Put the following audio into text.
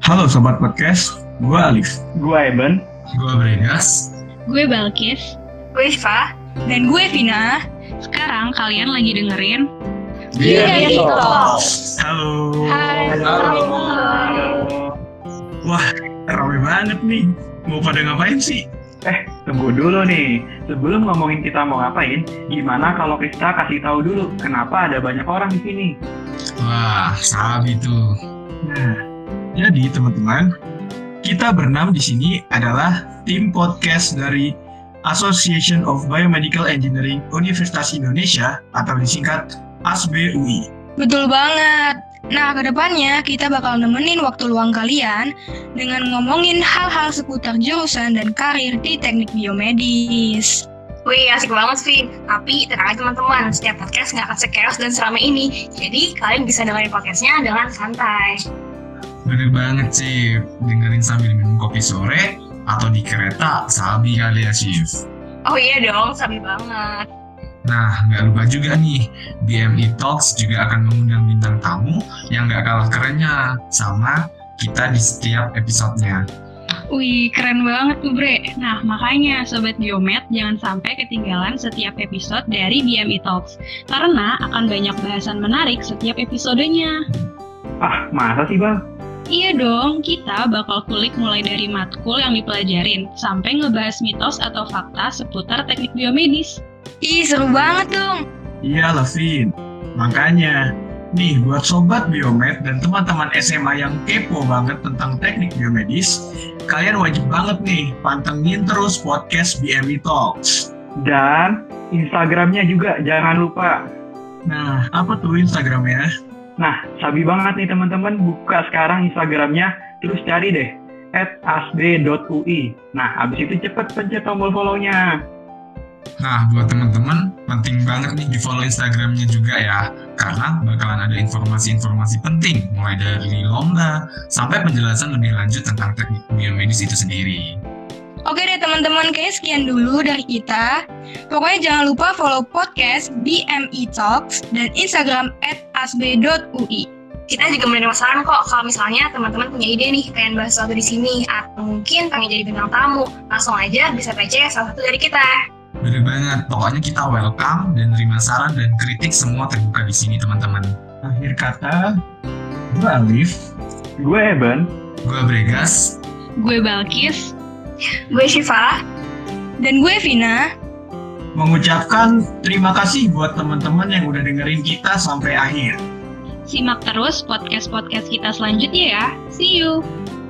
Halo Sobat Podcast, gue Alif. Gue Eben. Gue Bregas. Gue Balkis. Gue Syifa. Dan gue Vina. Sekarang kalian lagi dengerin BMI Talks. Halo. Hai. Halo. Wah, rame banget nih. Mau pada ngapain sih? Tunggu dulu nih. Sebelum ngomongin kita mau ngapain, gimana kalau kita kasih tahu dulu kenapa ada banyak orang di sini? Wah, sabi tuh. Nah, jadi teman-teman, kita berenam di sini adalah tim podcast dari Association of Biomedical Engineering Universitas Indonesia atau disingkat ASBUI. Betul banget. Nah, kedepannya kita bakal nemenin waktu luang kalian dengan ngomongin hal-hal seputar jurusan dan karir di teknik biomedis. Wih, asik banget sih. Tapi tenang aja teman-teman, setiap podcast nggak akan sekeos dan serame ini. Jadi kalian bisa dengerin podcastnya dengan santai. Bener banget sih, dengerin sambil minum kopi sore atau di kereta, sabi kali ya, Syif. Oh iya dong, sabi banget. Nah, nggak lupa juga nih, BMI Talks juga akan mengundang bintang tamu yang nggak kalah kerennya sama kita di setiap episodenya. Wih, keren banget tuh Bre. Nah, makanya Sobat Biomed jangan sampai ketinggalan setiap episode dari BMI Talks. Karena akan banyak bahasan menarik setiap episodenya. Ah, masa sih Bang? Iya dong, kita bakal kulik mulai dari matkul yang dipelajarin sampai ngebahas mitos atau fakta seputar teknik biomedis. Ih, seru banget dong. Iya, Levin. Makanya, nih buat Sobat Biomed dan teman-teman SMA yang kepo banget tentang teknik biomedis, kalian wajib banget nih pantengin terus podcast BMI Talks. Dan Instagramnya juga jangan lupa. Nah, apa tuh Instagramnya? Nah, sabi banget nih teman-teman, buka sekarang Instagramnya, terus cari deh @asb.ui. Nah, habis itu cepet pencet tombol follow-nya. Nah, buat teman-teman, penting banget nih di-follow Instagramnya juga ya, karena bakalan ada informasi-informasi penting, mulai dari lomba sampai penjelasan lebih lanjut tentang teknik biomedis itu sendiri. Oke deh teman-teman, kayaknya sekian dulu dari kita. Pokoknya jangan lupa follow podcast BMI Talks dan Instagram @asb.ui. Kita juga menerima saran kok kalau misalnya teman-teman punya ide nih pengen bahas sesuatu di sini atau mungkin pengen jadi bintang tamu, langsung aja bisa PC salah satu dari kita. Bener banget, pokoknya kita welcome dan terima saran dan kritik semua terbuka di sini teman-teman. Akhir kata, gue Alif. Gue Eben. Gue Bregas. Gue Balkis. Gue Syifa. Dan gue Vina. Mengucapkan terima kasih buat teman-teman yang udah dengerin kita sampai akhir. Simak terus podcast-podcast kita selanjutnya ya. See you!